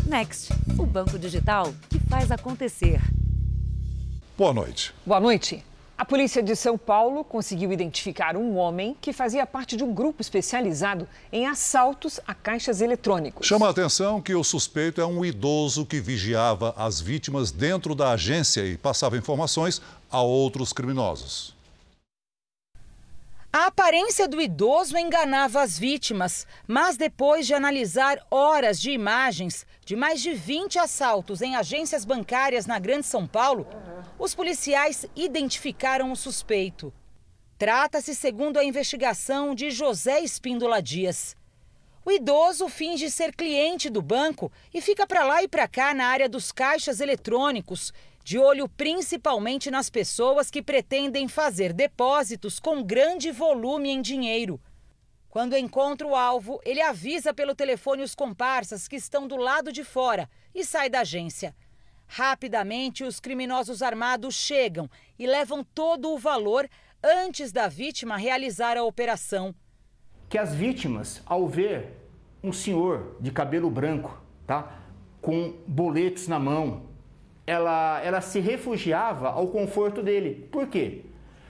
Next, o banco digital que faz acontecer. Boa noite. Boa noite. A polícia de São Paulo conseguiu identificar um homem que fazia parte de um grupo especializado em assaltos a caixas eletrônicos. Chama a atenção que o suspeito é um idoso que vigiava as vítimas dentro da agência e passava informações a outros criminosos. A aparência do idoso enganava as vítimas, mas depois de analisar horas de imagens de mais de 20 assaltos em agências bancárias na Grande São Paulo, os policiais identificaram o suspeito. Trata-se, segundo a investigação, de José Espíndola Dias. O idoso finge ser cliente do banco e fica para lá e para cá na área dos caixas eletrônicos, de olho principalmente nas pessoas que pretendem fazer depósitos com grande volume em dinheiro. Quando encontra o alvo, ele avisa pelo telefone os comparsas que estão do lado de fora e sai da agência. Rapidamente, os criminosos armados chegam e levam todo o valor antes da vítima realizar a operação. Que as vítimas, ao ver um senhor de cabelo branco, com boletos na mão, ela se refugiava ao conforto dele. Por quê?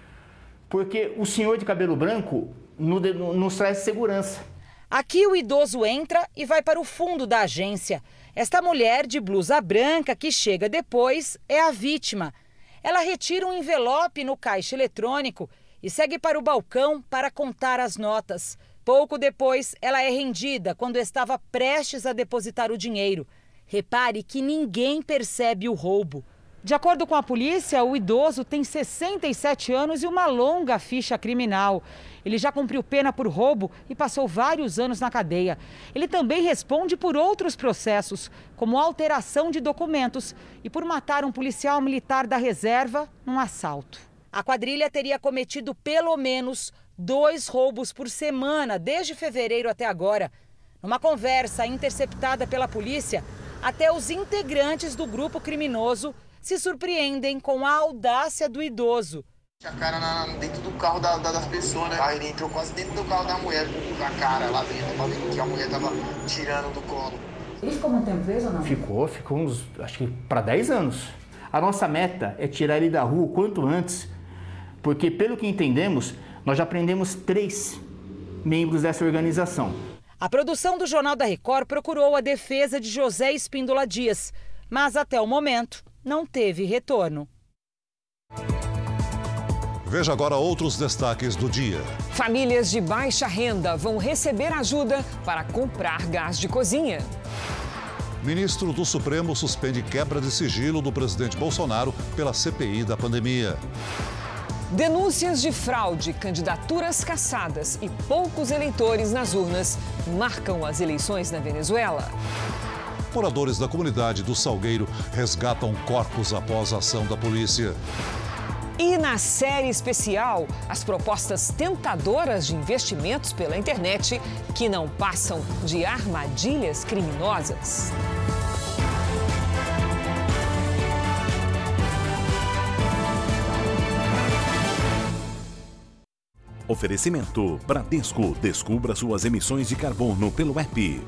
Porque o senhor de cabelo branco nos traz segurança. Aqui o idoso entra e vai para o fundo da agência. Esta mulher de blusa branca que chega depois é a vítima. Ela retira um envelope no caixa eletrônico e segue para o balcão para contar as notas. Pouco depois, ela é rendida quando estava prestes a depositar o dinheiro. Repare que ninguém percebe o roubo. De acordo com a polícia, o idoso tem 67 anos e uma longa ficha criminal. Ele já cumpriu pena por roubo e passou vários anos na cadeia. Ele também responde por outros processos, como alteração de documentos e por matar um policial militar da reserva num assalto. A quadrilha teria cometido pelo menos 2 roubos por semana desde fevereiro até agora. Numa conversa interceptada pela polícia, até os integrantes do grupo criminoso se surpreendem com a audácia do idoso. A cara dentro do carro das pessoas, né? Aí ele entrou quase dentro do carro da mulher, com a cara lá dentro, pra ver que a mulher tava tirando do colo. Ele ficou muito tempo preso ou não? Ficou uns, acho que para 10 anos. A nossa meta é tirar ele da rua o quanto antes, porque pelo que entendemos, nós já prendemos 3 membros dessa organização. A produção do Jornal da Record procurou a defesa de José Espíndola Dias, mas até o momento não teve retorno. Veja agora outros destaques do dia. Famílias de baixa renda vão receber ajuda para comprar gás de cozinha. Ministro do Supremo suspende quebra de sigilo do presidente Bolsonaro pela CPI da pandemia. Denúncias de fraude, candidaturas cassadas e poucos eleitores nas urnas marcam as eleições na Venezuela. Moradores da comunidade do Salgueiro resgatam corpos após a ação da polícia. E na série especial, as propostas tentadoras de investimentos pela internet que não passam de armadilhas criminosas. Oferecimento Bradesco. Descubra suas emissões de carbono pelo app.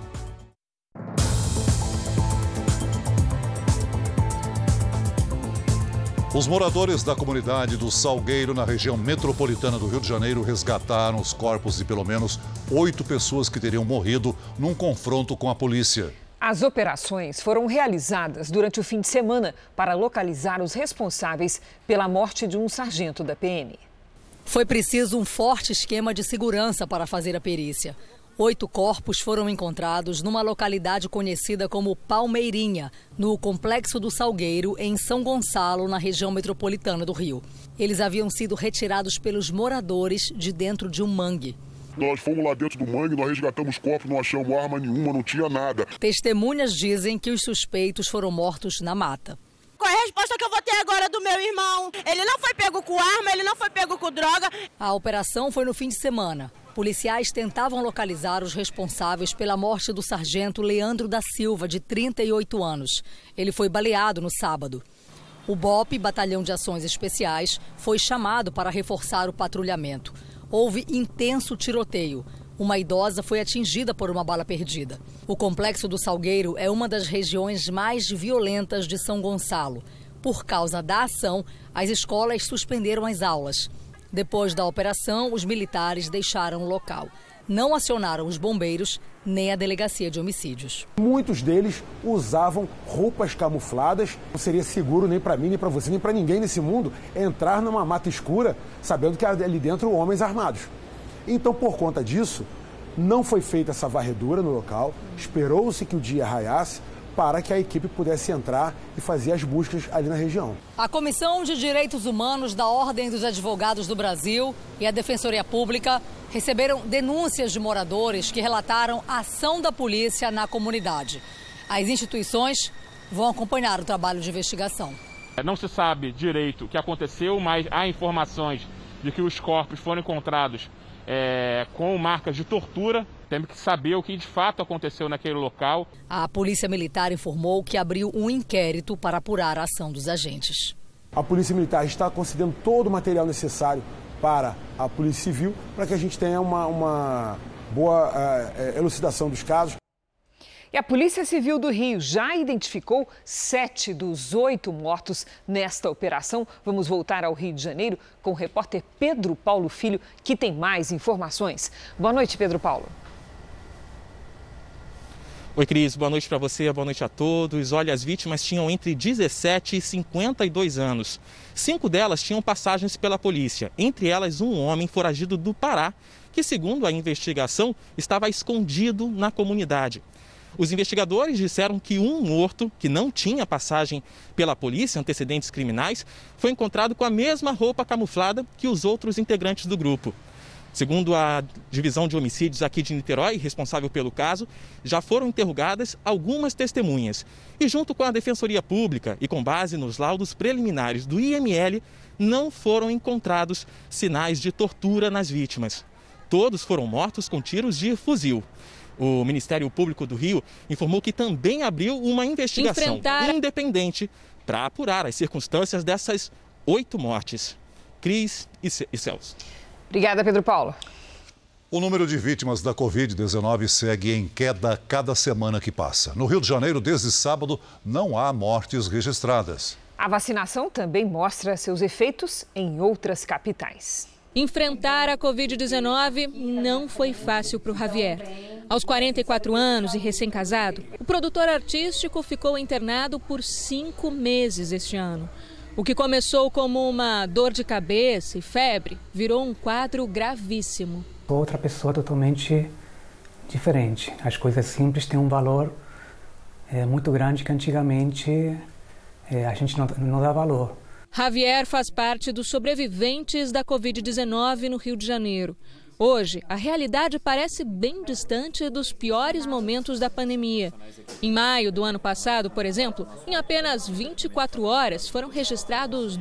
Os moradores da comunidade do Salgueiro, na região metropolitana do Rio de Janeiro, resgataram os corpos de pelo menos 8 pessoas que teriam morrido num confronto com a polícia. As operações foram realizadas durante o fim de semana para localizar os responsáveis pela morte de um sargento da PM. Foi preciso um forte esquema de segurança para fazer a perícia. 8 corpos foram encontrados numa localidade conhecida como Palmeirinha, no Complexo do Salgueiro, em São Gonçalo, na região metropolitana do Rio. Eles haviam sido retirados pelos moradores de dentro de um mangue. Nós fomos lá dentro do mangue, nós resgatamos corpos, não achamos arma nenhuma, não tinha nada. Testemunhas dizem que os suspeitos foram mortos na mata. Qual é a resposta que eu vou ter agora do meu irmão? Ele não foi pego com arma, ele não foi pego com droga. A operação foi no fim de semana. Policiais tentavam localizar os responsáveis pela morte do sargento Leandro da Silva, de 38 anos. Ele foi baleado no sábado. O BOPE, Batalhão de Ações Especiais, foi chamado para reforçar o patrulhamento. Houve intenso tiroteio. Uma idosa foi atingida por uma bala perdida. O Complexo do Salgueiro é uma das regiões mais violentas de São Gonçalo. Por causa da ação, as escolas suspenderam as aulas. Depois da operação, os militares deixaram o local. Não acionaram os bombeiros nem a delegacia de homicídios. Muitos deles usavam roupas camufladas. Não seria seguro nem para mim, nem para você, nem para ninguém nesse mundo entrar numa mata escura sabendo que há ali dentro homens armados. Então, por conta disso, não foi feita essa varredura no local, esperou-se que o dia raiasse para que a equipe pudesse entrar e fazer as buscas ali na região. A Comissão de Direitos Humanos da Ordem dos Advogados do Brasil e a Defensoria Pública receberam denúncias de moradores que relataram a ação da polícia na comunidade. As instituições vão acompanhar o trabalho de investigação. Não se sabe direito o que aconteceu, mas há informações de que os corpos foram encontrados com marcas de tortura. Temos que saber o que de fato aconteceu naquele local. A Polícia Militar informou que abriu um inquérito para apurar a ação dos agentes. A Polícia Militar está concedendo todo o material necessário para a Polícia Civil para que a gente tenha uma boa elucidação dos casos. E a Polícia Civil do Rio já identificou 7 dos 8 mortos nesta operação. Vamos voltar ao Rio de Janeiro com o repórter Pedro Paulo Filho, que tem mais informações. Boa noite, Pedro Paulo. Oi, Cris. Boa noite para você, boa noite a todos. Olha, as vítimas tinham entre 17 e 52 anos. 5 delas tinham passagens pela polícia, entre elas um homem foragido do Pará, que, segundo a investigação, estava escondido na comunidade. Os investigadores disseram que um morto, que não tinha passagem pela polícia, antecedentes criminais, foi encontrado com a mesma roupa camuflada que os outros integrantes do grupo. Segundo a Divisão de Homicídios aqui de Niterói, responsável pelo caso, já foram interrogadas algumas testemunhas. E junto com a Defensoria Pública e com base nos laudos preliminares do IML, não foram encontrados sinais de tortura nas vítimas. Todos foram mortos com tiros de fuzil. O Ministério Público do Rio informou que também abriu uma investigação independente para apurar as circunstâncias dessas 8 mortes. Cris e Celso. Obrigada, Pedro Paulo. O número de vítimas da Covid-19 segue em queda cada semana que passa. No Rio de Janeiro, desde sábado, não há mortes registradas. A vacinação também mostra seus efeitos em outras capitais. Enfrentar a Covid-19 não foi fácil para o Javier. Aos 44 anos e recém-casado, o produtor artístico ficou internado por 5 meses este ano. O que começou como uma dor de cabeça e febre virou um quadro gravíssimo. Outra pessoa totalmente diferente. As coisas simples têm um valor muito grande que antigamente a gente não dá valor. Javier faz parte dos sobreviventes da Covid-19 no Rio de Janeiro. Hoje, a realidade parece bem distante dos piores momentos da pandemia. Em maio do ano passado, por exemplo, em apenas 24 horas foram registrados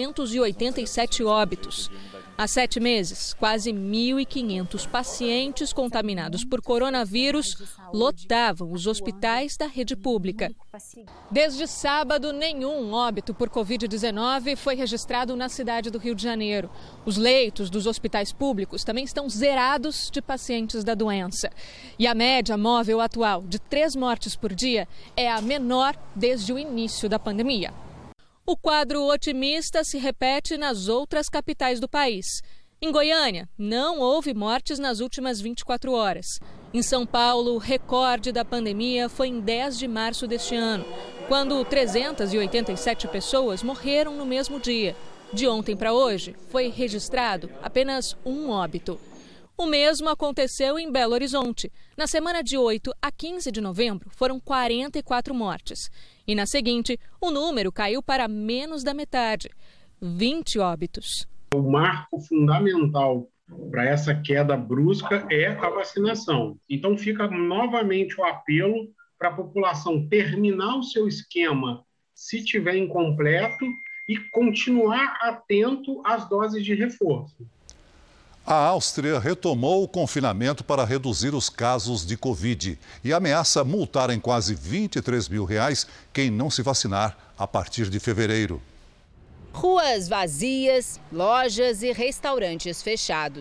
287 óbitos. Há 7 meses, quase 1.500 pacientes contaminados por coronavírus lotavam os hospitais da rede pública. Desde sábado, nenhum óbito por Covid-19 foi registrado na cidade do Rio de Janeiro. Os leitos dos hospitais públicos também estão zerados de pacientes da doença. E a média móvel atual de 3 mortes por dia é a menor desde o início da pandemia. O quadro otimista se repete nas outras capitais do país. Em Goiânia, não houve mortes nas últimas 24 horas. Em São Paulo, o recorde da pandemia foi em 10 de março deste ano, quando 387 pessoas morreram no mesmo dia. De ontem para hoje, foi registrado apenas um óbito. O mesmo aconteceu em Belo Horizonte. Na semana de 8 a 15 de novembro, foram 44 mortes. E na seguinte, o número caiu para menos da metade, 20 óbitos. O marco fundamental para essa queda brusca é a vacinação. Então fica novamente o apelo para a população terminar o seu esquema, se tiver incompleto, e continuar atento às doses de reforço. A Áustria retomou o confinamento para reduzir os casos de Covid e ameaça multar em quase R$23 mil quem não se vacinar a partir de fevereiro. Ruas vazias, lojas e restaurantes fechados.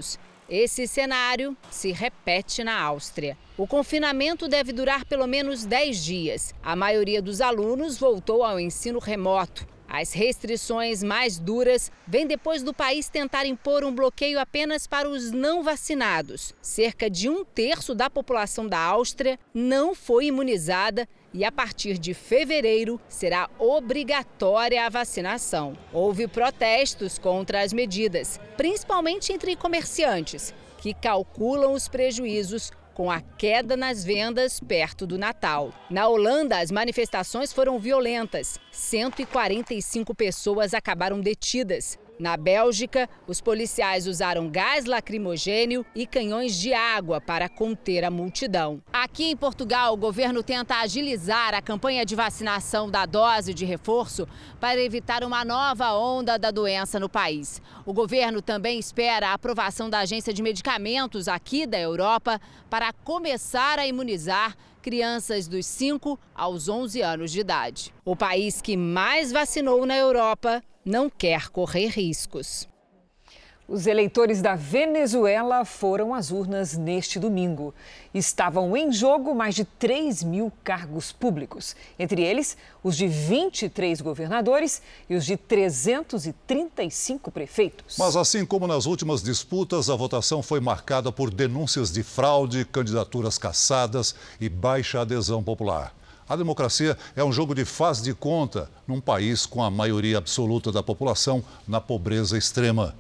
Esse cenário se repete na Áustria. O confinamento deve durar pelo menos 10 dias. A maioria dos alunos voltou ao ensino remoto. As restrições mais duras vêm depois do país tentar impor um bloqueio apenas para os não vacinados. Cerca de 1/3 da população da Áustria não foi imunizada e a partir de fevereiro será obrigatória a vacinação. Houve protestos contra as medidas, principalmente entre comerciantes, que calculam os prejuízos com a queda nas vendas perto do Natal. Na Holanda, as manifestações foram violentas. 145 pessoas acabaram detidas. Na Bélgica, os policiais usaram gás lacrimogênio e canhões de água para conter a multidão. Aqui em Portugal, o governo tenta agilizar a campanha de vacinação da dose de reforço para evitar uma nova onda da doença no país. O governo também espera a aprovação da Agência de Medicamentos aqui da Europa para começar a imunizar crianças dos 5 aos 11 anos de idade. O país que mais vacinou na Europa não quer correr riscos. Os eleitores da Venezuela foram às urnas neste domingo. Estavam em jogo mais de 3.000 cargos públicos, entre eles os de 23 governadores e os de 335 prefeitos. Mas assim como nas últimas disputas, a votação foi marcada por denúncias de fraude, candidaturas cassadas e baixa adesão popular. A democracia é um jogo de faz de conta num país com a maioria absoluta da população na pobreza extrema.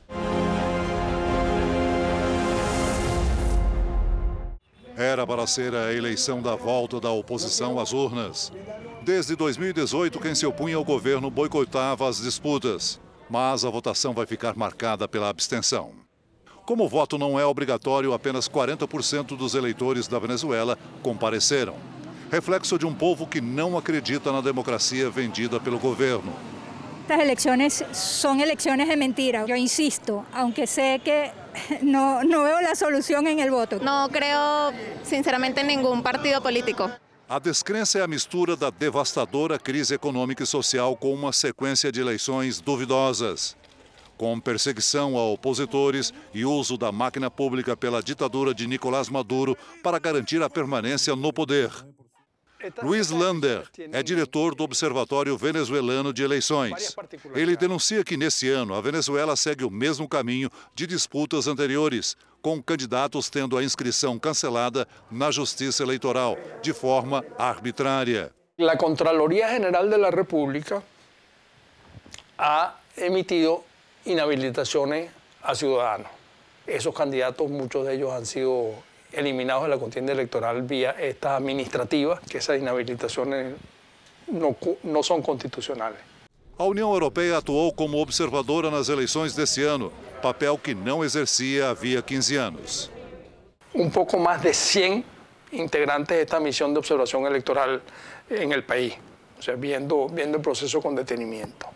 Era para ser a eleição da volta da oposição às urnas. Desde 2018, quem se opunha ao governo boicotava as disputas. Mas a votação vai ficar marcada pela abstenção. Como o voto não é obrigatório, apenas 40% dos eleitores da Venezuela compareceram. Reflexo de um povo que não acredita na democracia vendida pelo governo. Estas elecciones son elecciones de mentira. Yo insisto, aunque sé que no veo la solución en el voto. No creo, sinceramente, en ningún partido político. A descrença é a mistura da devastadora crise econômica e social com uma sequência de eleições duvidosas. Com perseguição a opositores e uso da máquina pública pela ditadura de Nicolás Maduro para garantir a permanência no poder. Luiz Lander é diretor do Observatório Venezuelano de Eleições. Ele denuncia que, nesse ano, a Venezuela segue o mesmo caminho de disputas anteriores, com candidatos tendo a inscrição cancelada na Justiça Eleitoral, de forma arbitrária. A Contraloria General de la República ha emitido inhabilitaciones a ciudadanos. Esos candidatos, muchos de ellos han sido eliminados de la contienda electoral vía esta administrativa, que esas inhabilitaciones no son constitucionales. A União Europeia atuou como observadora nas eleições desse ano, papel que não exercia havia 15 anos. Pouco mais de 100 integrantes de esta misión de observación electoral en el país, o sea, viendo el proceso con detenimiento,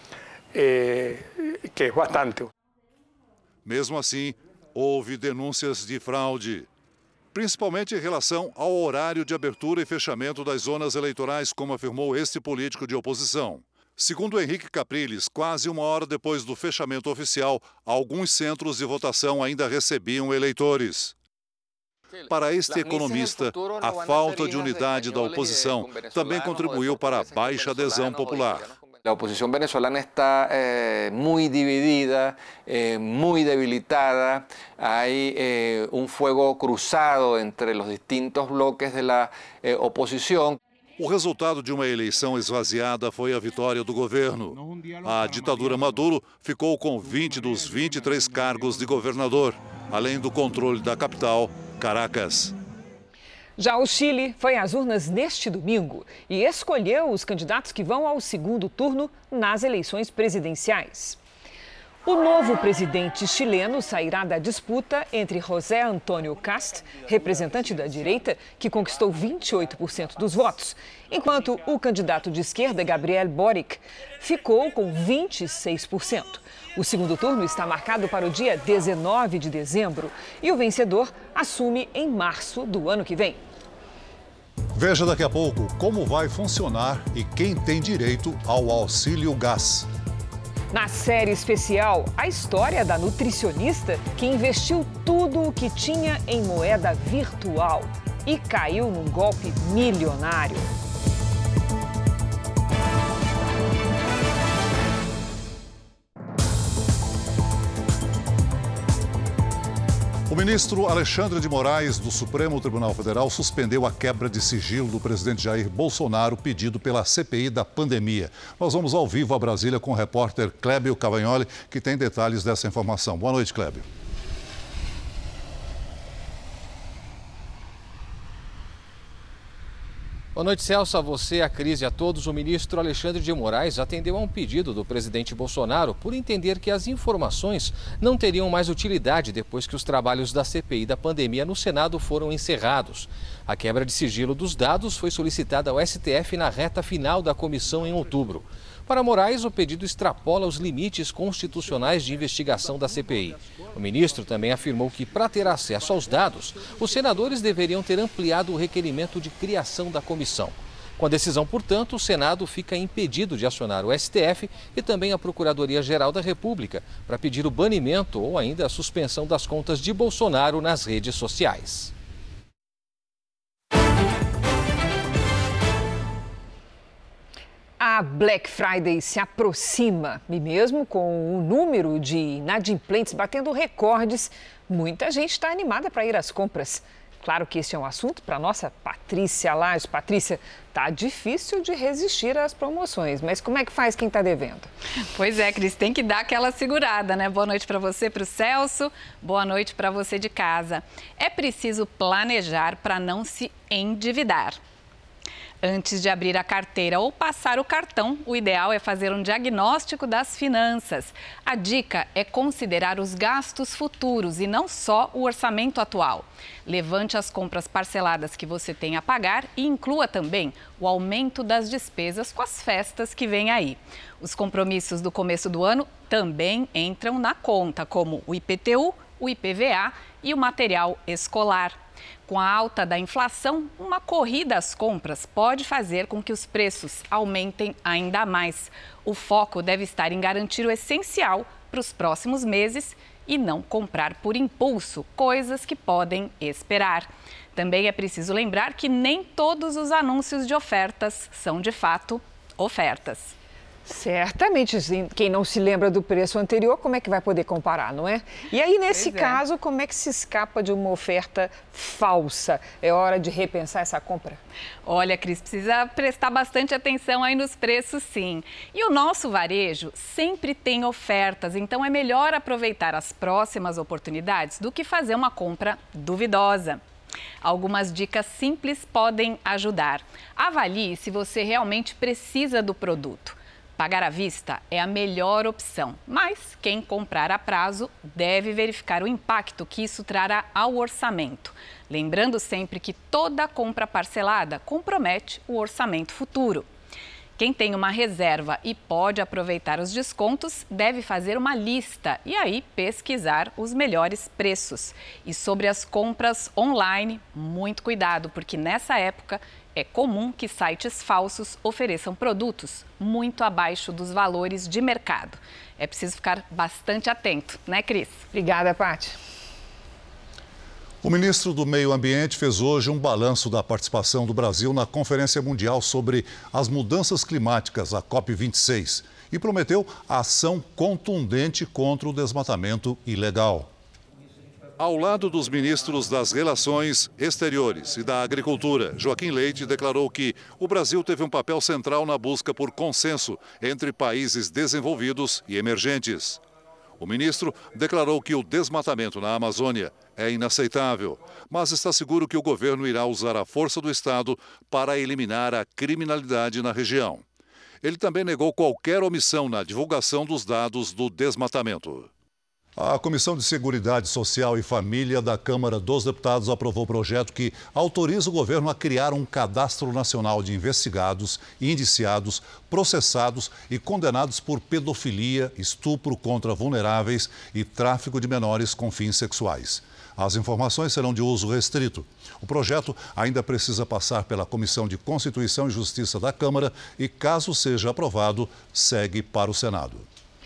que es bastante. Mesmo assim, houve denúncias de fraude, principalmente em relação ao horário de abertura e fechamento das zonas eleitorais, como afirmou este político de oposição. Segundo Henrique Capriles, quase uma hora depois do fechamento oficial, alguns centros de votação ainda recebiam eleitores. Para este economista, a falta de unidade da oposição também contribuiu para a baixa adesão popular. La oposición venezolana está muy dividida, muy debilitada. Hay un fuego cruzado entre los distintos bloques de la oposición. O resultado de uma eleição esvaziada foi a vitória do governo. A ditadura Maduro ficou com 20 dos 23 cargos de governador, além do controle da capital, Caracas. Já o Chile foi às urnas neste domingo e escolheu os candidatos que vão ao segundo turno nas eleições presidenciais. O novo presidente chileno sairá da disputa entre José Antônio Kast, representante da direita, que conquistou 28% dos votos, enquanto o candidato de esquerda, Gabriel Boric, ficou com 26%. O segundo turno está marcado para o dia 19 de dezembro e o vencedor assume em março do ano que vem. Veja daqui a pouco como vai funcionar e quem tem direito ao auxílio gás. Na série especial, a história da nutricionista que investiu tudo o que tinha em moeda virtual e caiu num golpe milionário. O ministro Alexandre de Moraes, do Supremo Tribunal Federal, suspendeu a quebra de sigilo do presidente Jair Bolsonaro, pedido pela CPI da pandemia. Nós vamos ao vivo a Brasília com o repórter Clébio Cavagnoli, que tem detalhes dessa informação. Boa noite, Clébio. Boa noite, Celso, a você, a Cris e a todos. O ministro Alexandre de Moraes atendeu a um pedido do presidente Bolsonaro por entender que as informações não teriam mais utilidade depois que os trabalhos da CPI da pandemia no Senado foram encerrados. A quebra de sigilo dos dados foi solicitada ao STF na reta final da comissão em outubro. Para Moraes, o pedido extrapola os limites constitucionais de investigação da CPI. O ministro também afirmou que, para ter acesso aos dados, os senadores deveriam ter ampliado o requerimento de criação da comissão. Com a decisão, portanto, o Senado fica impedido de acionar o STF e também a Procuradoria-Geral da República para pedir o banimento ou ainda a suspensão das contas de Bolsonaro nas redes sociais. A Black Friday se aproxima e mesmo com o número de inadimplentes batendo recordes, muita gente está animada para ir às compras. Claro que esse é um assunto para a nossa Patrícia Lages. Patrícia, tá difícil de resistir às promoções, mas como é que faz quem está devendo? Pois é, Cris, tem que dar aquela segurada, né? Boa noite para você, para o Celso, boa noite para você de casa. É preciso planejar para não se endividar. Antes de abrir a carteira ou passar o cartão, o ideal é fazer um diagnóstico das finanças. A dica é considerar os gastos futuros e não só o orçamento atual. Levante as compras parceladas que você tem a pagar e inclua também o aumento das despesas com as festas que vêm aí. Os compromissos do começo do ano também entram na conta, como o IPTU, o IPVA e o material escolar. Com a alta da inflação, uma corrida às compras pode fazer com que os preços aumentem ainda mais. O foco deve estar em garantir o essencial para os próximos meses e não comprar por impulso, coisas que podem esperar. Também é preciso lembrar que nem todos os anúncios de ofertas são, de fato, ofertas. Certamente, quem não se lembra do preço anterior, como é que vai poder comparar, não é? E aí, nesse caso, como é que se escapa de uma oferta falsa? É hora de repensar essa compra? Olha, Cris, precisa prestar bastante atenção aí nos preços, sim. E o nosso varejo sempre tem ofertas, então é melhor aproveitar as próximas oportunidades do que fazer uma compra duvidosa. Algumas dicas simples podem ajudar. Avalie se você realmente precisa do produto. Pagar à vista é a melhor opção, mas quem comprar a prazo deve verificar o impacto que isso trará ao orçamento. Lembrando sempre que toda compra parcelada compromete o orçamento futuro. Quem tem uma reserva e pode aproveitar os descontos deve fazer uma lista e aí pesquisar os melhores preços. E sobre as compras online, muito cuidado, porque nessa época é comum que sites falsos ofereçam produtos muito abaixo dos valores de mercado. É preciso ficar bastante atento, né, Cris? Obrigada, Paty. O ministro do Meio Ambiente fez hoje um balanço da participação do Brasil na Conferência Mundial sobre as Mudanças Climáticas, a COP26, e prometeu ação contundente contra o desmatamento ilegal. Ao lado dos ministros das Relações Exteriores e da Agricultura, Joaquim Leite declarou que o Brasil teve um papel central na busca por consenso entre países desenvolvidos e emergentes. O ministro declarou que o desmatamento na Amazônia é inaceitável, mas está seguro que o governo irá usar a força do Estado para eliminar a criminalidade na região. Ele também negou qualquer omissão na divulgação dos dados do desmatamento. A Comissão de Seguridade Social e Família da Câmara dos Deputados aprovou o projeto que autoriza o governo a criar um cadastro nacional de investigados, indiciados, processados e condenados por pedofilia, estupro contra vulneráveis e tráfico de menores com fins sexuais. As informações serão de uso restrito. O projeto ainda precisa passar pela Comissão de Constituição e Justiça da Câmara e, caso seja aprovado, segue para o Senado.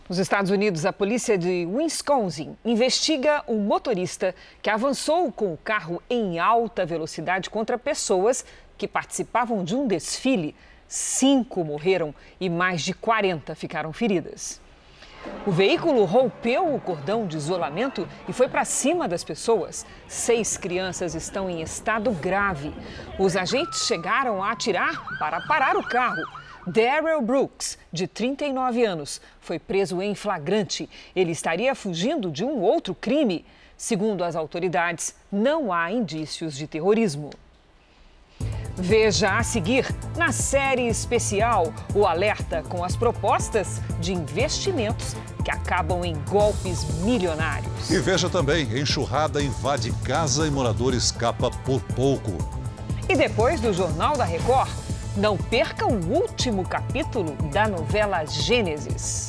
Nos Estados Unidos, a polícia de Wisconsin investiga um motorista que avançou com o carro em alta velocidade contra pessoas que participavam de um desfile. 5 morreram e mais de 40 ficaram feridas. O veículo rompeu o cordão de isolamento e foi para cima das pessoas. 6 crianças estão em estado grave. Os agentes chegaram a atirar para parar o carro. Darrell Brooks, de 39 anos, foi preso em flagrante. Ele estaria fugindo de um outro crime. Segundo as autoridades, não há indícios de terrorismo. Veja a seguir, na série especial, o alerta com as propostas de investimentos que acabam em golpes milionários. E veja também, enxurrada invade casa e morador escapa por pouco. E depois do Jornal da Record, não perca o último capítulo da novela Gênesis.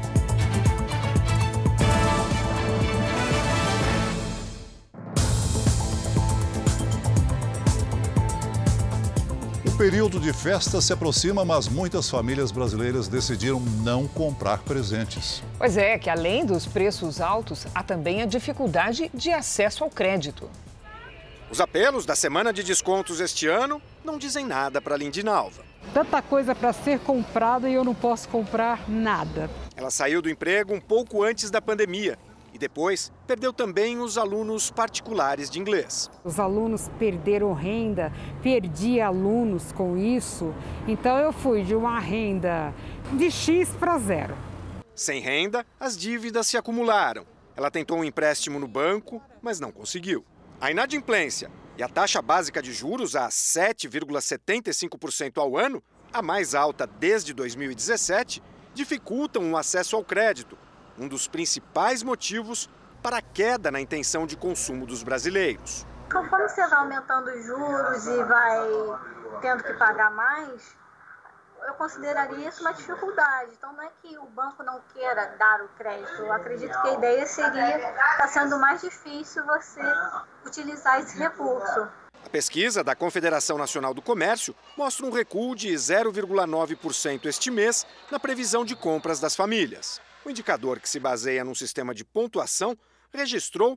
O período de festa se aproxima, mas muitas famílias brasileiras decidiram não comprar presentes. Pois é, que além dos preços altos, há também a dificuldade de acesso ao crédito. Os apelos da semana de descontos este ano não dizem nada para Lindinalva. Tanta coisa para ser comprada e eu não posso comprar nada. Ela saiu do emprego um pouco antes da pandemia e depois perdeu também os alunos particulares de inglês. Os alunos perderam renda, perdi alunos com isso, então eu fui de uma renda de X para 0. Sem renda, as dívidas se acumularam. Ela tentou um empréstimo no banco, mas não conseguiu. A inadimplência e a taxa básica de juros a 7,75% ao ano, a mais alta desde 2017, dificultam o acesso ao crédito, um dos principais motivos para a queda na intenção de consumo dos brasileiros. Conforme você vai aumentando os juros e vai tendo que pagar mais, eu consideraria isso uma dificuldade. Então não é que o banco não queira dar o crédito. Eu acredito que a ideia seria estar sendo mais difícil você utilizar esse recurso. A pesquisa da Confederação Nacional do Comércio mostra um recuo de 0,9% este mês na previsão de compras das famílias. O indicador, que se baseia num sistema de pontuação, registrou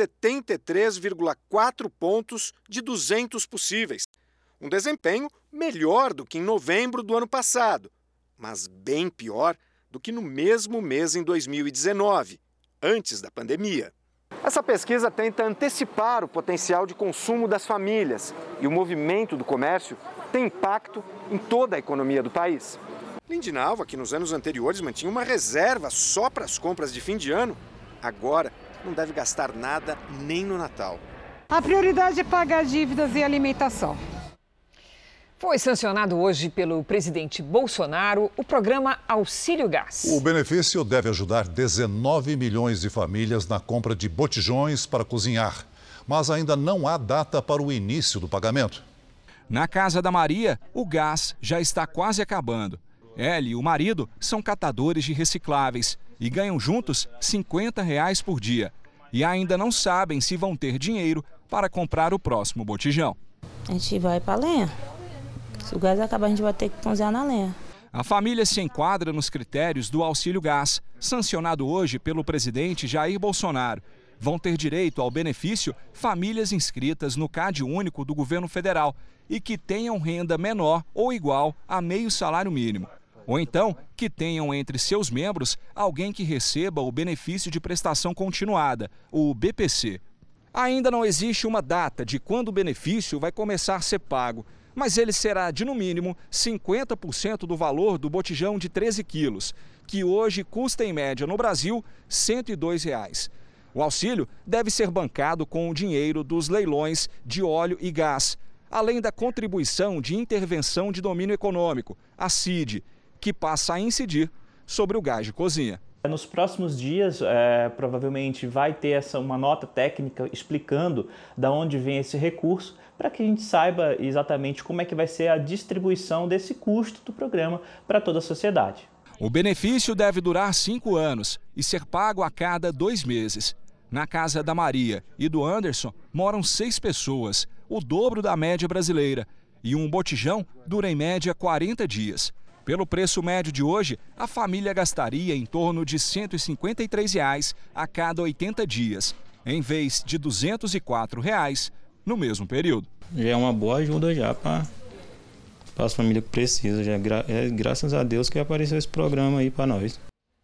73,4 pontos de 200 possíveis. Um desempenho melhor do que em novembro do ano passado, mas bem pior do que no mesmo mês em 2019, antes da pandemia. Essa pesquisa tenta antecipar o potencial de consumo das famílias e o movimento do comércio tem impacto em toda a economia do país. Lindinalva, que nos anos anteriores mantinha uma reserva só para as compras de fim de ano, agora não deve gastar nada nem no Natal. A prioridade é pagar dívidas e alimentação. Foi sancionado hoje pelo presidente Bolsonaro o programa Auxílio Gás. O benefício deve ajudar 19 milhões de famílias na compra de botijões para cozinhar, mas ainda não há data para o início do pagamento. Na casa da Maria, o gás já está quase acabando. Ela e o marido são catadores de recicláveis e ganham juntos R$50 por dia. E ainda não sabem se vão ter dinheiro para comprar o próximo botijão. A gente vai para a lenha. Se o gás acabar, a gente vai ter que cozinhar na lenha. A família se enquadra nos critérios do Auxílio Gás, sancionado hoje pelo presidente Jair Bolsonaro. Vão ter direito ao benefício famílias inscritas no CAD único do governo federal e que tenham renda menor ou igual a meio salário mínimo. Ou então, que tenham entre seus membros alguém que receba o benefício de prestação continuada, o BPC. Ainda não existe uma data de quando o benefício vai começar a ser pago, mas ele será de, no mínimo, 50% do valor do botijão de 13 quilos, que hoje custa, em média, no Brasil, R$ 102. O auxílio deve ser bancado com o dinheiro dos leilões de óleo e gás, além da contribuição de intervenção de domínio econômico, a CID, que passa a incidir sobre o gás de cozinha. Nos próximos dias, provavelmente vai ter uma nota técnica explicando de onde vem esse recurso, para que a gente saiba exatamente como é que vai ser a distribuição desse custo do programa para toda a sociedade. O benefício deve durar 5 anos e ser pago a cada 2 meses. Na casa da Maria e do Anderson moram 6 pessoas, o dobro da média brasileira, e um botijão dura em média 40 dias. Pelo preço médio de hoje, a família gastaria em torno de R$ 153 a cada 80 dias, em vez de R$ 204 no mesmo período. Já é uma boa ajuda já para as famílias que precisam. Graças a Deus que apareceu esse programa aí para nós.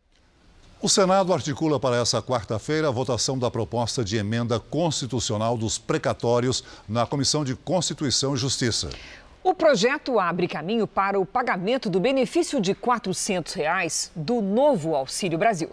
O Senado articula para essa quarta-feira a votação da proposta de emenda constitucional dos precatórios na Comissão de Constituição e Justiça. O projeto abre caminho para o pagamento do benefício de R$ 400 do novo Auxílio Brasil.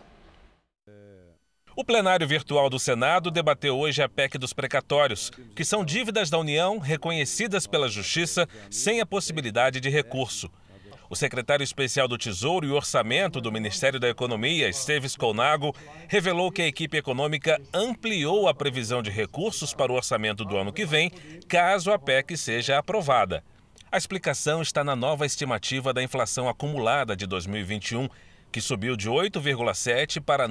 O plenário virtual do Senado debateu hoje a PEC dos precatórios, que são dívidas da União reconhecidas pela Justiça sem a possibilidade de recurso. O secretário especial do Tesouro e Orçamento do Ministério da Economia, Esteves Colnago, revelou que a equipe econômica ampliou a previsão de recursos para o orçamento do ano que vem, caso a PEC seja aprovada. A explicação está na nova estimativa da inflação acumulada de 2021, que subiu de 8,7% para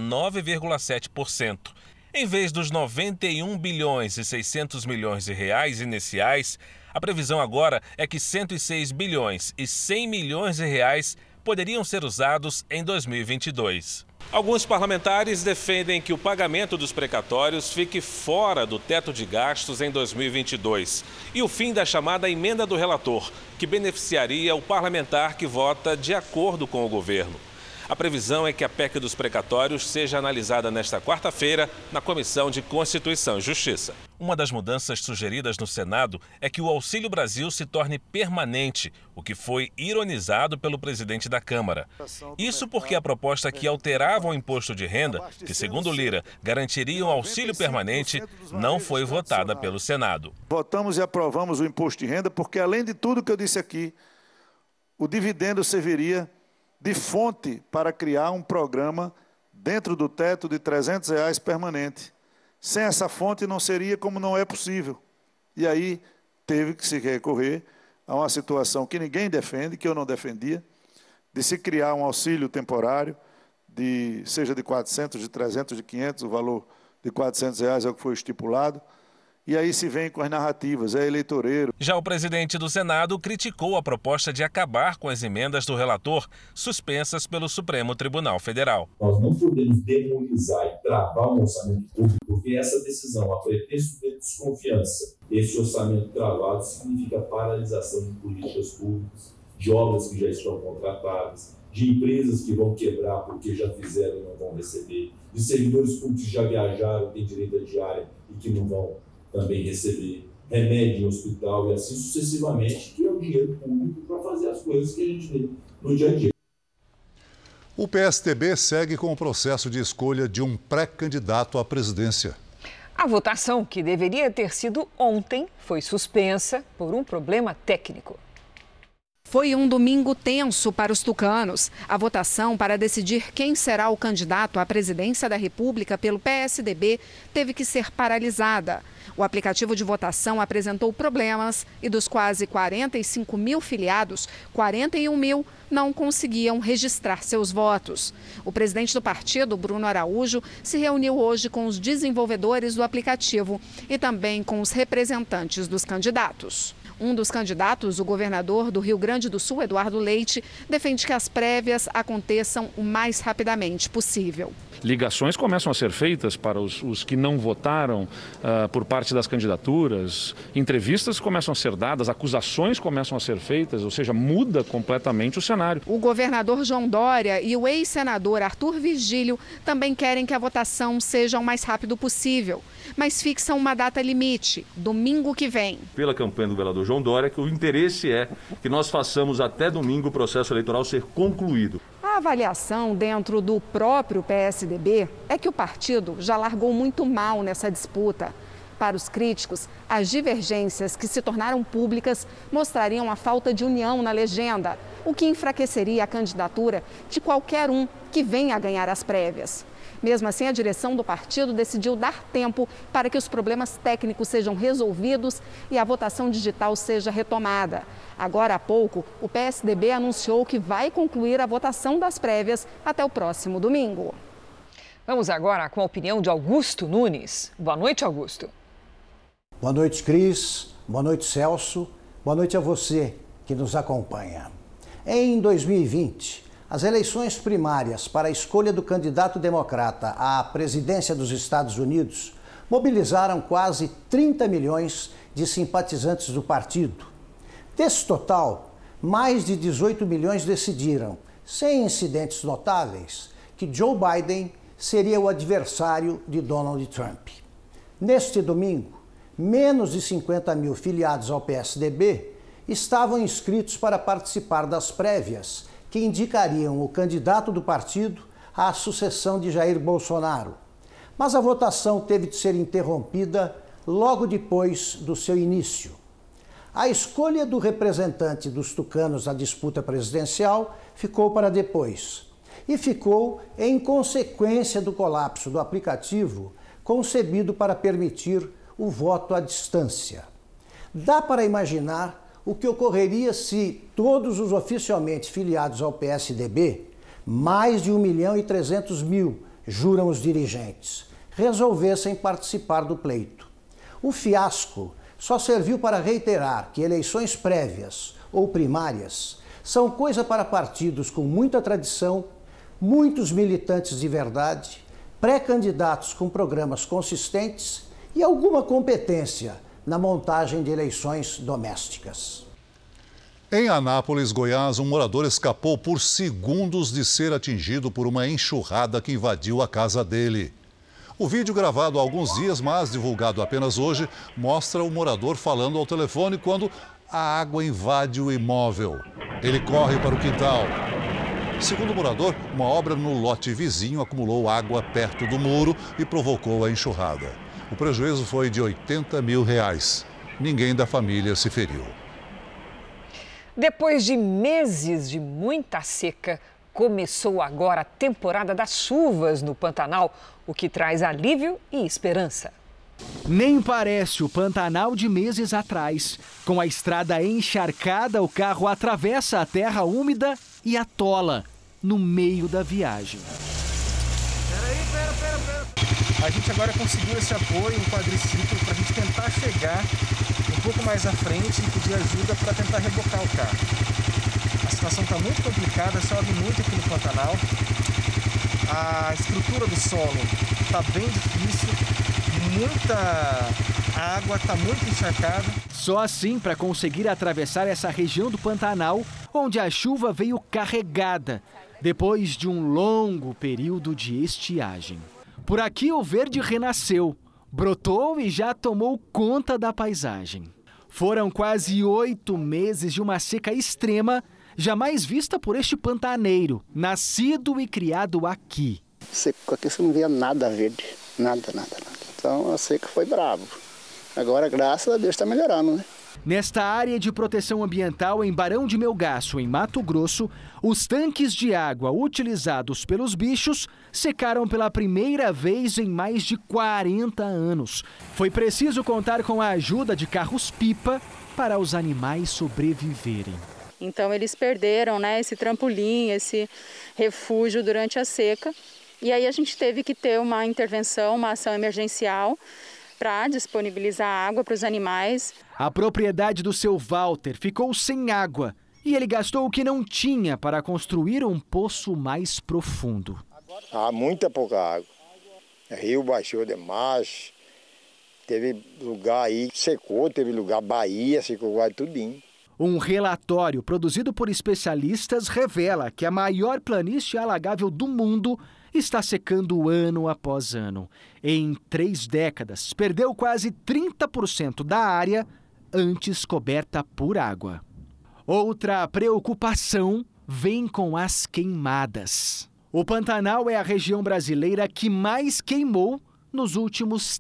9,7%. Em vez dos 91 bilhões e 600 milhões de reais iniciais, a previsão agora é que 106 bilhões e 100 milhões de reais poderiam ser usados em 2022. Alguns parlamentares defendem que o pagamento dos precatórios fique fora do teto de gastos em 2022 e o fim da chamada emenda do relator, que beneficiaria o parlamentar que vota de acordo com o governo. A previsão é que a PEC dos precatórios seja analisada nesta quarta-feira na Comissão de Constituição e Justiça. Uma das mudanças sugeridas no Senado é que o Auxílio Brasil se torne permanente, o que foi ironizado pelo presidente da Câmara. Isso porque a proposta que alterava o imposto de renda, que segundo Lira garantiria um auxílio permanente, não foi votada pelo Senado. Votamos e aprovamos o imposto de renda porque, além de tudo que eu disse aqui, o dividendo serviria de fonte para criar um programa dentro do teto de R$ 300 permanente. Sem essa fonte não seria como não é possível. E aí teve que se recorrer a uma situação que ninguém defende, que eu não defendia, de se criar um auxílio temporário, seja de 400, de 300, de 500, o valor de R$ 400 é o que foi estipulado. E aí se vem com as narrativas, é eleitoreiro. Já o presidente do Senado criticou a proposta de acabar com as emendas do relator, suspensas pelo Supremo Tribunal Federal. Nós não podemos demonizar e travar um orçamento público, porque essa decisão, a pretexto de desconfiança, esse orçamento travado significa paralisação de políticas públicas, de obras que já estão contratadas, de empresas que vão quebrar porque já fizeram e não vão receber, de servidores públicos que já viajaram, têm direito a diária e que não vão também receber remédio em hospital e assim sucessivamente, que é o dinheiro público para fazer as coisas que a gente vê no dia a dia. O PSDB segue com o processo de escolha de um pré-candidato à presidência. A votação, que deveria ter sido ontem, foi suspensa por um problema técnico. Foi um domingo tenso para os tucanos. A votação para decidir quem será o candidato à presidência da República pelo PSDB teve que ser paralisada. O aplicativo de votação apresentou problemas e dos quase 45 mil filiados, 41 mil não conseguiam registrar seus votos. O presidente do partido, Bruno Araújo, se reuniu hoje com os desenvolvedores do aplicativo e também com os representantes dos candidatos. Um dos candidatos, o governador do Rio Grande do Sul, Eduardo Leite, defende que as prévias aconteçam o mais rapidamente possível. Ligações começam a ser feitas para os que não votaram por parte das candidaturas, entrevistas começam a ser dadas, acusações começam a ser feitas, ou seja, muda completamente o cenário. O governador João Dória e o ex-senador Arthur Virgílio também querem que a votação seja o mais rápido possível, mas fixam uma data limite, domingo que vem. Pela campanha do governador João Dória, que o interesse é que nós façamos até domingo o processo eleitoral ser concluído. A avaliação dentro do próprio PSDB é que o partido já largou muito mal nessa disputa. Para os críticos, as divergências que se tornaram públicas mostrariam a falta de união na legenda, o que enfraqueceria a candidatura de qualquer um que venha a ganhar as prévias. Mesmo assim, a direção do partido decidiu dar tempo para que os problemas técnicos sejam resolvidos e a votação digital seja retomada. Agora há pouco, o PSDB anunciou que vai concluir a votação das prévias até o próximo domingo. Vamos agora com a opinião de Augusto Nunes. Boa noite, Augusto. Boa noite, Cris. Boa noite, Celso. Boa noite a você que nos acompanha. Em 2020, as eleições primárias para a escolha do candidato democrata à presidência dos Estados Unidos mobilizaram quase 30 milhões de simpatizantes do partido. Desse total, mais de 18 milhões decidiram, sem incidentes notáveis, que Joe Biden seria o adversário de Donald Trump. Neste domingo, menos de 50 mil filiados ao PSDB estavam inscritos para participar das prévias que indicariam o candidato do partido à sucessão de Jair Bolsonaro. Mas a votação teve de ser interrompida logo depois do seu início. A escolha do representante dos tucanos na disputa presidencial ficou para depois. E ficou em consequência do colapso do aplicativo concebido para permitir o voto à distância. Dá para imaginar o que ocorreria se todos os oficialmente filiados ao PSDB, mais de 1.300.000, juram os dirigentes, resolvessem participar do pleito. O fiasco só serviu para reiterar que eleições prévias ou primárias são coisa para partidos com muita tradição, muitos militantes de verdade, pré-candidatos com programas consistentes e alguma competência na montagem de eleições domésticas. Em Anápolis, Goiás, um morador escapou por segundos de ser atingido por uma enxurrada que invadiu a casa dele. O vídeo, gravado há alguns dias, mas divulgado apenas hoje, mostra o morador falando ao telefone quando a água invade o imóvel. Ele corre para o quintal. Segundo o morador, uma obra no lote vizinho acumulou água perto do muro e provocou a enxurrada. O prejuízo foi de R$80 mil. Ninguém da família se feriu. Depois de meses de muita seca, começou agora a temporada das chuvas no Pantanal, o que traz alívio e esperança. Nem parece o Pantanal de meses atrás. Com a estrada encharcada, o carro atravessa a terra úmida e atola no meio da viagem. Pera. A gente agora conseguiu esse apoio, um quadriciclo, para a gente tentar chegar um pouco mais à frente e pedir ajuda para tentar rebocar o carro. A situação está muito complicada, chove muito aqui no Pantanal. A estrutura do solo está bem difícil, muita água, está muito encharcada. Só assim para conseguir atravessar essa região do Pantanal, onde a chuva veio carregada, depois de um longo período de estiagem. Por aqui o verde renasceu, brotou e já tomou conta da paisagem. Foram quase 8 meses de uma seca extrema, jamais vista por este pantaneiro, nascido e criado aqui. Seco aqui você não via nada verde, nada. Então a seca foi brava. Agora, graças a Deus, está melhorando, né? Nesta área de proteção ambiental em Barão de Melgaço, em Mato Grosso, os tanques de água utilizados pelos bichos secaram pela primeira vez em mais de 40 anos. Foi preciso contar com a ajuda de carros-pipa para os animais sobreviverem. Então eles perderam, esse trampolim, esse refúgio durante a seca. E aí a gente teve que ter uma intervenção, uma ação emergencial para disponibilizar água para os animais. A propriedade do seu Walter ficou sem água e ele gastou o que não tinha para construir um poço mais profundo. Há muita pouca água. O rio baixou demais, teve lugar aí que secou, teve lugar Bahia, secou quase tudinho. Um relatório produzido por especialistas revela que a maior planície alagável do mundo está secando ano após ano. Em 3 décadas, perdeu quase 30% da área antes coberta por água. Outra preocupação vem com as queimadas. O Pantanal é a região brasileira que mais queimou nos últimos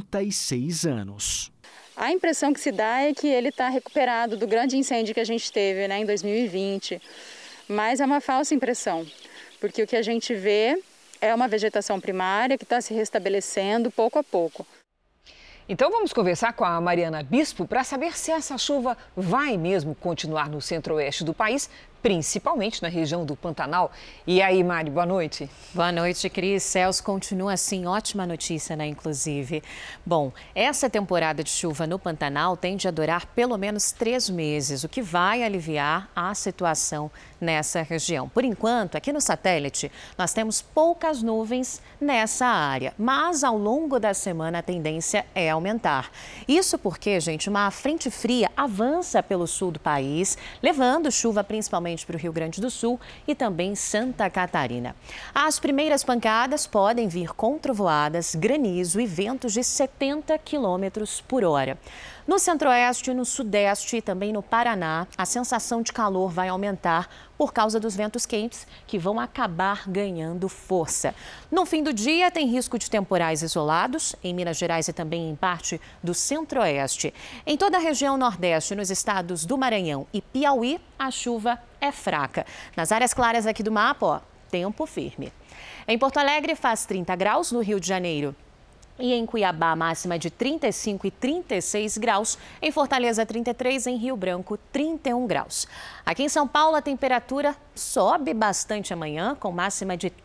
36 anos. A impressão que se dá é que ele está recuperado do grande incêndio que a gente teve em 2020, mas é uma falsa impressão, porque o que a gente vê é uma vegetação primária que está se restabelecendo pouco a pouco. Então vamos conversar com a Mariana Bispo para saber se essa chuva vai mesmo continuar no centro-oeste do país, principalmente na região do Pantanal. E aí, Mari, boa noite. Boa noite, Cris. Céus continua assim, ótima notícia, né, inclusive. Bom, essa temporada de chuva no Pantanal tende a durar pelo menos 3 meses, o que vai aliviar a situação nessa região. Por enquanto, aqui no satélite, nós temos poucas nuvens nessa área, mas ao longo da semana a tendência é aumentar. Isso porque, gente, uma frente fria avança pelo sul do país, levando chuva principalmente para o Rio Grande do Sul e também Santa Catarina. As primeiras pancadas podem vir com trovoadas, granizo e ventos de 70 km por hora. No centro-oeste, no sudeste e também no Paraná, a sensação de calor vai aumentar por causa dos ventos quentes que vão acabar ganhando força. No fim do dia, tem risco de temporais isolados em Minas Gerais e também em parte do centro-oeste. Em toda a região nordeste, nos estados do Maranhão e Piauí, a chuva é fraca. Nas áreas claras aqui do mapa, ó, tempo firme. Em Porto Alegre, faz 30 graus, no Rio de Janeiro e em Cuiabá, máxima de 35 e 36 graus. Em Fortaleza, 33. Em Rio Branco, 31 graus. Aqui em São Paulo, a temperatura sobe bastante amanhã, com máxima de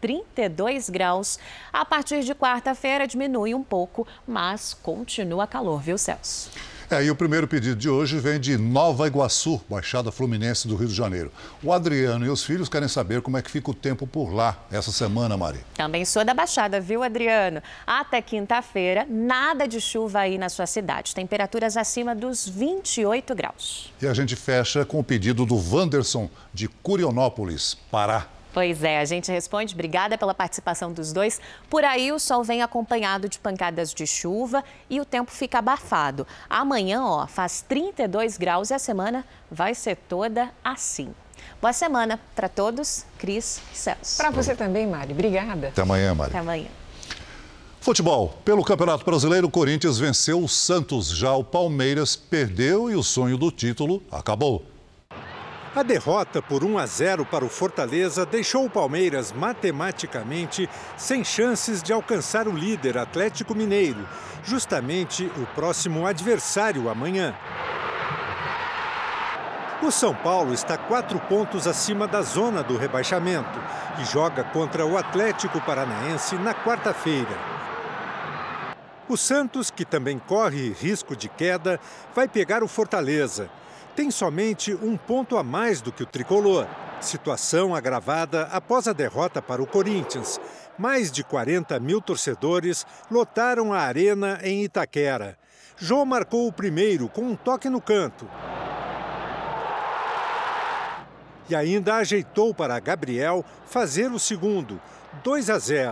32 graus. A partir de quarta-feira, diminui um pouco, mas continua calor, viu, Celso? E o primeiro pedido de hoje vem de Nova Iguaçu, Baixada Fluminense do Rio de Janeiro. O Adriano e os filhos querem saber como é que fica o tempo por lá essa semana, Mari. Também sou da Baixada, viu, Adriano? Até quinta-feira, nada de chuva aí na sua cidade. Temperaturas acima dos 28 graus. E a gente fecha com o pedido do Wanderson, de Curionópolis, Pará. Pois é, a gente responde. Obrigada pela participação dos dois. Por aí, o sol vem acompanhado de pancadas de chuva e o tempo fica abafado. Amanhã, ó, faz 32 graus e a semana vai ser toda assim. Boa semana para todos. Cris, Celso. Para você também, Mari. Obrigada. Até amanhã, Mari. Até amanhã. Futebol. Pelo Campeonato Brasileiro, o Corinthians venceu o Santos. Já o Palmeiras perdeu e o sonho do título acabou. A derrota por 1-0 para o Fortaleza deixou o Palmeiras matematicamente sem chances de alcançar o líder Atlético Mineiro, justamente o próximo adversário amanhã. O São Paulo está 4 pontos acima da zona do rebaixamento e joga contra o Atlético Paranaense na quarta-feira. O Santos, que também corre risco de queda, vai pegar o Fortaleza. Tem somente 1 ponto a mais do que o tricolor. Situação agravada após a derrota para o Corinthians. Mais de 40 mil torcedores lotaram a arena em Itaquera. Jô marcou o primeiro com um toque no canto. E ainda ajeitou para Gabriel fazer o segundo, 2-0.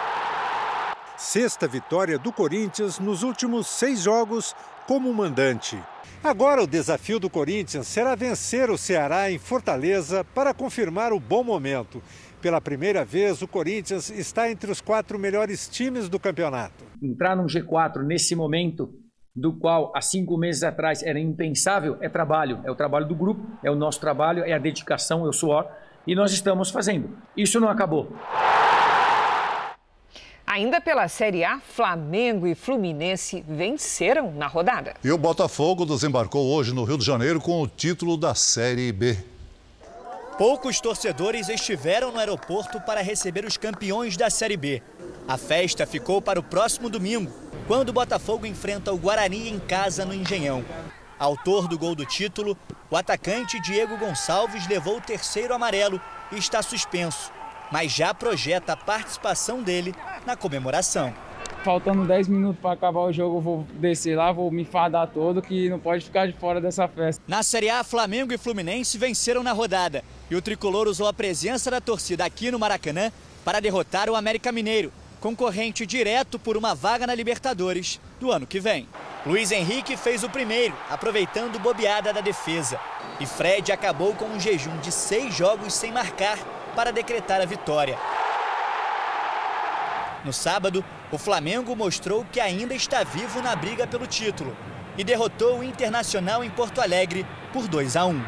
Sexta vitória do Corinthians nos últimos 6 jogos como mandante. Agora o desafio do Corinthians será vencer o Ceará em Fortaleza para confirmar o bom momento. Pela primeira vez, o Corinthians está entre os 4 melhores times do campeonato. Entrar no G4 nesse momento, do qual há 5 meses atrás era impensável, é trabalho. É o trabalho do grupo, é o nosso trabalho, é a dedicação, é o suor. E nós estamos fazendo. Isso não acabou. Ainda pela Série A, Flamengo e Fluminense venceram na rodada. E o Botafogo desembarcou hoje no Rio de Janeiro com o título da Série B. Poucos torcedores estiveram no aeroporto para receber os campeões da Série B. A festa ficou para o próximo domingo, quando o Botafogo enfrenta o Guarani em casa no Engenhão. Autor do gol do título, o atacante Diego Gonçalves levou o 3º amarelo e está suspenso, mas já projeta a participação dele na comemoração. Faltando 10 minutos para acabar o jogo, eu vou descer lá, vou me fardar todo, que não pode ficar de fora dessa festa. Na Série A, Flamengo e Fluminense venceram na rodada e o tricolor usou a presença da torcida aqui no Maracanã para derrotar o América Mineiro, concorrente direto por uma vaga na Libertadores do ano que vem. Luiz Henrique fez o primeiro, aproveitando bobeada da defesa. E Fred acabou com um jejum de 6 jogos sem marcar para decretar a vitória. No sábado, o Flamengo mostrou que ainda está vivo na briga pelo título e derrotou o Internacional em Porto Alegre por 2-1.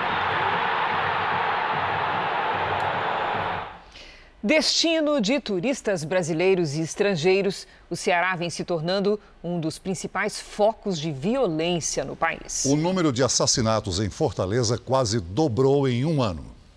Destino de turistas brasileiros e estrangeiros, o Ceará vem se tornando um dos principais focos de violência no país. O número de assassinatos em Fortaleza quase dobrou em um ano.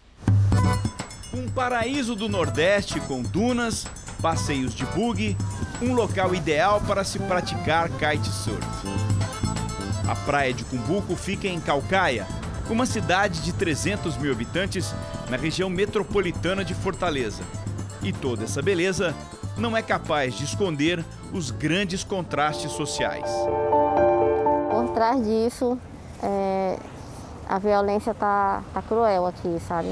Um paraíso do Nordeste com dunas, passeios de buggy, um local ideal para se praticar kitesurf. A praia de Cumbuco fica em Caucaia, uma cidade de 300 mil habitantes na região metropolitana de Fortaleza. E toda essa beleza não é capaz de esconder os grandes contrastes sociais. Por trás disso, a violência tá cruel aqui, sabe?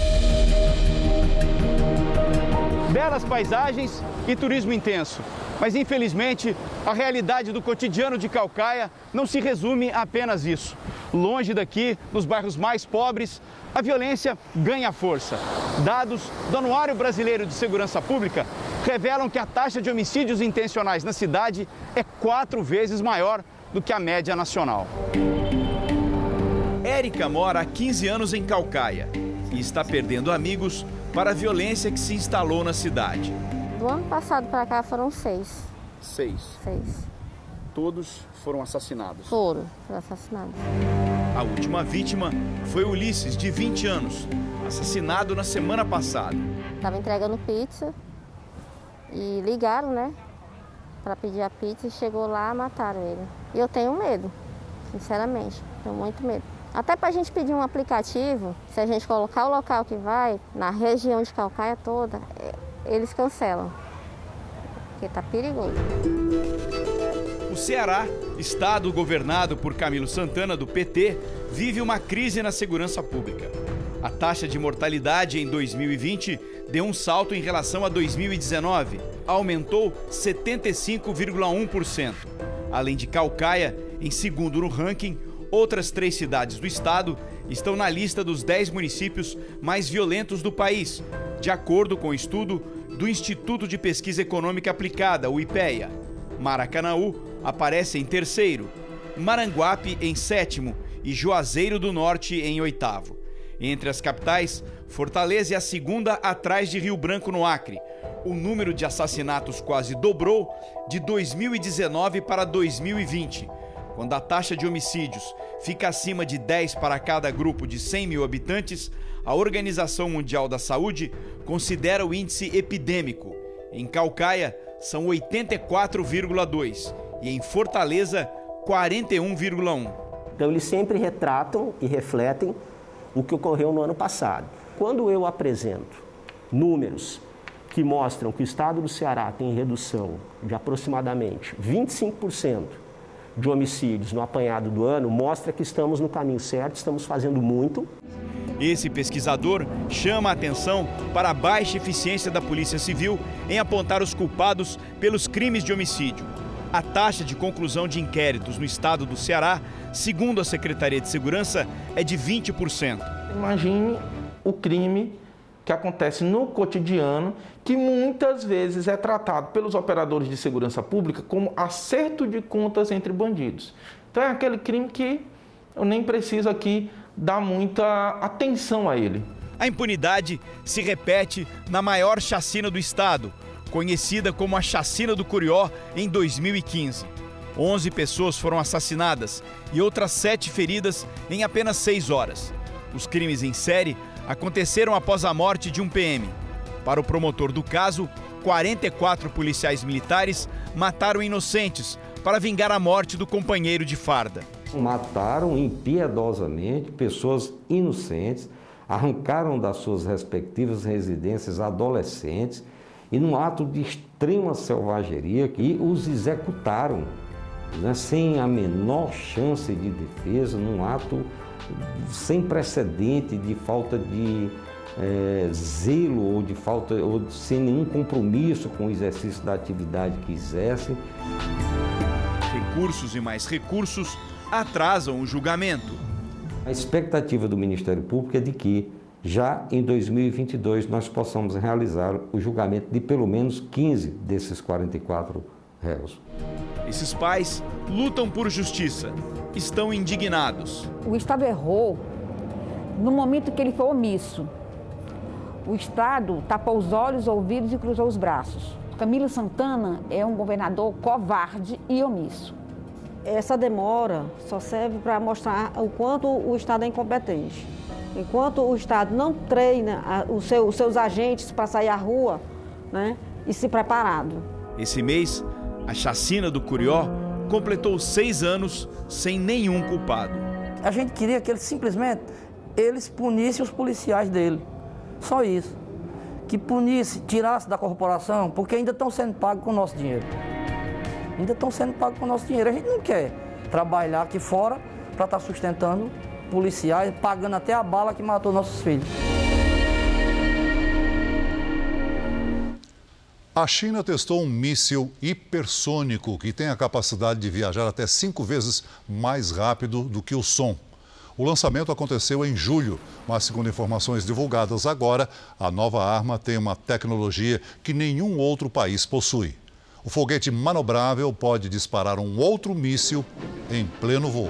Belas paisagens e turismo intenso. Mas, infelizmente, a realidade do cotidiano de Caucaia não se resume a apenas isso. Longe daqui, nos bairros mais pobres, a violência ganha força. Dados do Anuário Brasileiro de Segurança Pública revelam que a taxa de homicídios intencionais na cidade é 4 vezes maior do que a média nacional. Érica mora há 15 anos em Caucaia e está perdendo amigos para a violência que se instalou na cidade. Do ano passado para cá foram 6. 6? 6. Todos foram assassinados? Foram assassinados. A última vítima foi Ulisses, de 20 anos, assassinado na semana passada. Estava entregando pizza e ligaram, né, para pedir a pizza e chegou lá, mataram ele. E eu tenho medo, sinceramente, tenho muito medo. Até para a gente pedir um aplicativo, se a gente colocar o local que vai, na região de Caucaia toda, eles cancelam, porque tá perigoso. O Ceará, estado governado por Camilo Santana, do PT, vive uma crise na segurança pública. A taxa de mortalidade em 2020 deu um salto em relação a 2019, aumentou 75,1%. Além de Caucaia, em segundo no ranking, outras 3 cidades do estado estão na lista dos 10 municípios mais violentos do país, de acordo com o estudo do Instituto de Pesquisa Econômica Aplicada, o IPEA. Maracanaú aparece em 3º, Maranguape em 7º e Juazeiro do Norte em 8º. Entre as capitais, Fortaleza é a 2ª atrás de Rio Branco, no Acre. O número de assassinatos quase dobrou de 2019 para 2020. Quando a taxa de homicídios fica acima de 10 para cada grupo de 100 mil habitantes, a Organização Mundial da Saúde considera o índice epidêmico. Em Caucaia, são 84,2 e em Fortaleza, 41,1. Então, eles sempre retratam e refletem o que ocorreu no ano passado. Quando eu apresento números que mostram que o estado do Ceará tem redução de aproximadamente 25% de homicídios no apanhado do ano, mostra que estamos no caminho certo, estamos fazendo muito. Esse pesquisador chama a atenção para a baixa eficiência da Polícia Civil em apontar os culpados pelos crimes de homicídio. A taxa de conclusão de inquéritos no estado do Ceará, segundo a Secretaria de Segurança, é de 20%. Imagine o crime que acontece no cotidiano, que muitas vezes é tratado pelos operadores de segurança pública como acerto de contas entre bandidos. Então é aquele crime que eu nem preciso aqui dar muita atenção a ele. A impunidade se repete na maior chacina do estado, conhecida como a Chacina do Curió, em 2015. 11 pessoas foram assassinadas e outras 7 feridas em apenas 6 horas. Os crimes em série aconteceram após a morte de um PM. Para o promotor do caso, 44 policiais militares mataram inocentes para vingar a morte do companheiro de farda. Mataram impiedosamente pessoas inocentes, arrancaram das suas respectivas residências adolescentes e, num ato de extrema selvageria, e os executaram, né, sem a menor chance de defesa, num ato sem precedente de falta de zelo ou sem nenhum compromisso com o exercício da atividade que exercem. Recursos e mais recursos atrasam o julgamento. A expectativa do Ministério Público é de que já em 2022 nós possamos realizar o julgamento de pelo menos 15 desses 44 réus. Esses pais lutam por justiça, estão indignados. O Estado errou no momento que ele foi omisso. O Estado tapou os olhos, ouvidos e cruzou os braços. Camilo Santana é um governador covarde e omisso. Essa demora só serve para mostrar o quanto o Estado é incompetente. Enquanto o Estado não treina os seus agentes para sair à rua, né, e se preparado. Esse mês, a chacina do Curió completou 6 anos sem nenhum culpado. A gente queria que eles punissem os policiais dele. Só isso. Que punisse, tirasse da corporação, porque ainda estão sendo pagos com o nosso dinheiro. Ainda estão sendo pagos com o nosso dinheiro. A gente não quer trabalhar aqui fora para estar sustentando policiais, pagando até a bala que matou nossos filhos. A China testou um míssil hipersônico que tem a capacidade de viajar até 5 vezes mais rápido do que o som. O lançamento aconteceu em julho, mas segundo informações divulgadas agora, a nova arma tem uma tecnologia que nenhum outro país possui. O foguete manobrável pode disparar um outro míssil em pleno voo.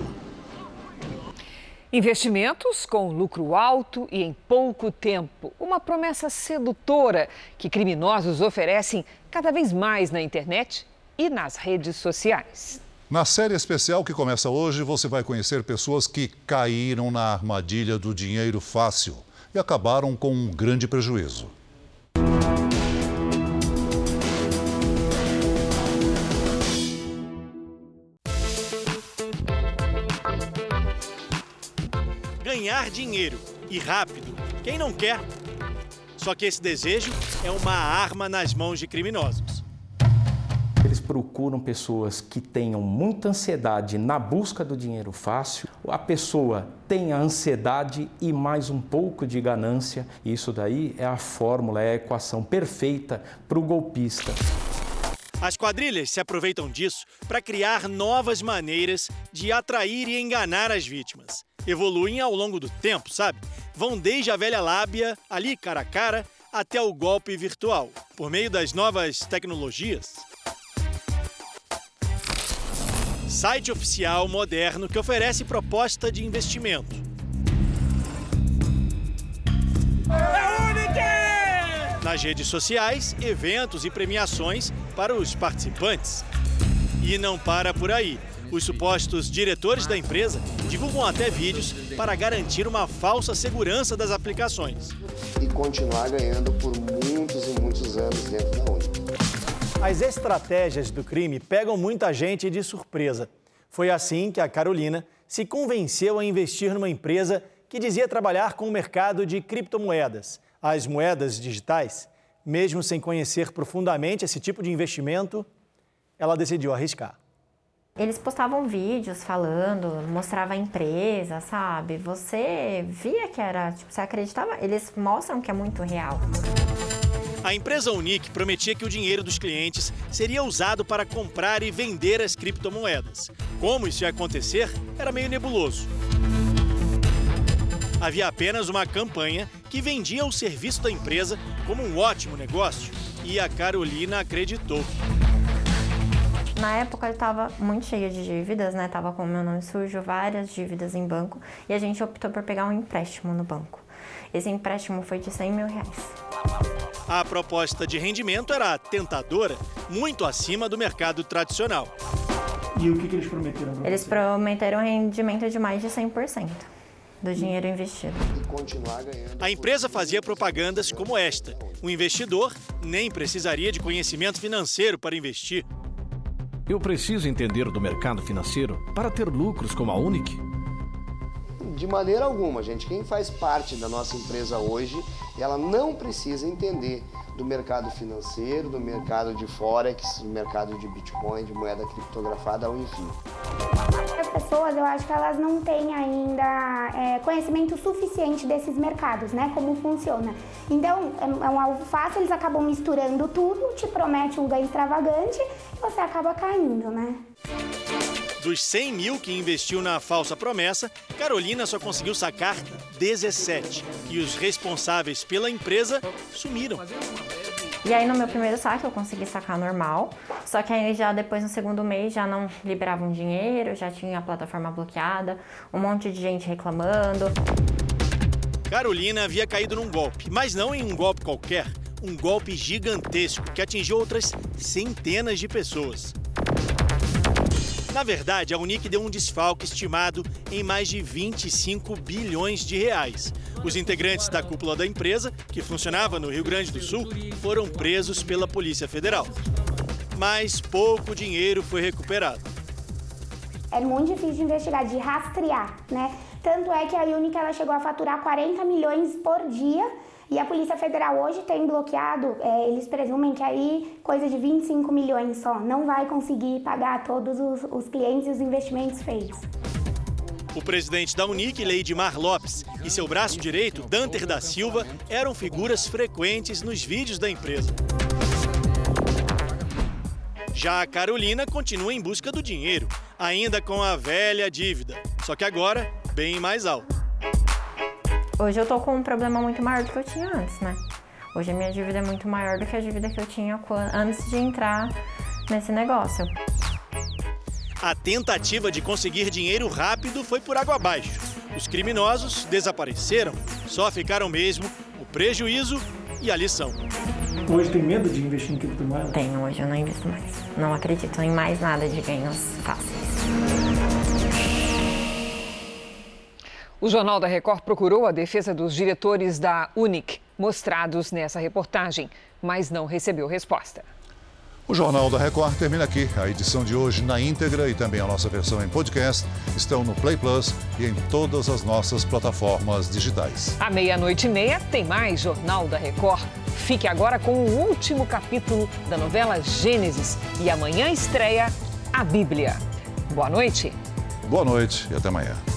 Investimentos com lucro alto e em pouco tempo. Uma promessa sedutora que criminosos oferecem cada vez mais na internet e nas redes sociais. Na série especial que começa hoje, você vai conhecer pessoas que caíram na armadilha do dinheiro fácil e acabaram com um grande prejuízo. Ganhar dinheiro e rápido, quem não quer? Só que esse desejo é uma arma nas mãos de criminosos. Eles procuram pessoas que tenham muita ansiedade na busca do dinheiro fácil. A pessoa tem a ansiedade e mais um pouco de ganância. E isso daí é a fórmula, é a equação perfeita para o golpista. As quadrilhas se aproveitam disso para criar novas maneiras de atrair e enganar as vítimas. Evoluem ao longo do tempo, sabe? Vão desde a velha lábia, ali cara a cara, até o golpe virtual, por meio das novas tecnologias. Site oficial moderno que oferece proposta de investimento. Nas redes sociais, eventos e premiações para os participantes. E não para por aí. Os supostos diretores da empresa divulgam até vídeos para garantir uma falsa segurança das aplicações. E continuar ganhando por muitos e muitos anos dentro da Uni. As estratégias do crime pegam muita gente de surpresa. Foi assim que a Carolina se convenceu a investir numa empresa que dizia trabalhar com o mercado de criptomoedas. As moedas digitais, mesmo sem conhecer profundamente esse tipo de investimento, ela decidiu arriscar. Eles postavam vídeos falando, mostrava a empresa, sabe? Você via que era, você acreditava, eles mostram que é muito real. A empresa Unique prometia que o dinheiro dos clientes seria usado para comprar e vender as criptomoedas. Como isso ia acontecer, era meio nebuloso. Havia apenas uma campanha que vendia o serviço da empresa como um ótimo negócio e a Carolina acreditou. Na época eu estava muito cheia de dívidas, né? Tava com o meu nome sujo, várias dívidas em banco e a gente optou por pegar um empréstimo no banco. Esse empréstimo foi de R$100 mil. A proposta de rendimento era tentadora, muito acima do mercado tradicional. E o que eles prometeram? Eles prometeram um rendimento de mais de 100% do dinheiro investido. A empresa fazia propagandas como esta. O investidor nem precisaria de conhecimento financeiro para investir. Eu preciso entender do mercado financeiro para ter lucros como a Unique? De maneira alguma, gente. Quem faz parte da nossa empresa hoje, ela não precisa entender do mercado financeiro, do mercado de Forex, do mercado de Bitcoin, de moeda criptografada, ou enfim. As pessoas, eu acho que elas não têm ainda conhecimento suficiente desses mercados, né? Como funciona. Então, é um alvo fácil, eles acabam misturando tudo, te promete um ganho extravagante e você acaba caindo, né? Dos 100 mil que investiu na falsa promessa, Carolina só conseguiu sacar 17. E os responsáveis pela empresa sumiram. E aí no meu primeiro saque eu consegui sacar normal, só que aí já depois no segundo mês já não liberavam dinheiro, já tinha a plataforma bloqueada, um monte de gente reclamando. Carolina havia caído num golpe, mas não em um golpe qualquer, um golpe gigantesco que atingiu outras centenas de pessoas. Na verdade, a Unique deu um desfalque estimado em mais de 25 bilhões de reais. Os integrantes da cúpula da empresa, que funcionava no Rio Grande do Sul, foram presos pela Polícia Federal. Mas pouco dinheiro foi recuperado. É muito difícil de investigar, de rastrear, né? Tanto é que a Unic ela chegou a faturar 40 milhões por dia e a Polícia Federal hoje tem bloqueado, eles presumem que aí coisa de 25 milhões só. Não vai conseguir pagar todos os clientes e os investimentos feitos. O presidente da Unic, Leidmar Lopes, e seu braço direito, Danter da Silva, eram figuras frequentes nos vídeos da empresa. Já a Carolina continua em busca do dinheiro, ainda com a velha dívida, só que agora bem mais alta. Hoje eu tô com um problema muito maior do que eu tinha antes, né? Hoje a minha dívida é muito maior do que a dívida que eu tinha antes de entrar nesse negócio. A tentativa de conseguir dinheiro rápido foi por água abaixo. Os criminosos desapareceram, só ficaram mesmo o prejuízo e a lição. Hoje tem medo de investir em criptomoeda? Tenho, hoje eu não invisto mais. Não acredito em mais nada de ganhos fáceis. O Jornal da Record procurou a defesa dos diretores da Unic, mostrados nessa reportagem, mas não recebeu resposta. O Jornal da Record termina aqui. A edição de hoje na íntegra e também a nossa versão em podcast estão no Play Plus e em todas as nossas plataformas digitais. À 00:30 tem mais Jornal da Record. Fique agora com o último capítulo da novela Gênesis e amanhã estreia a Bíblia. Boa noite. Boa noite e até amanhã.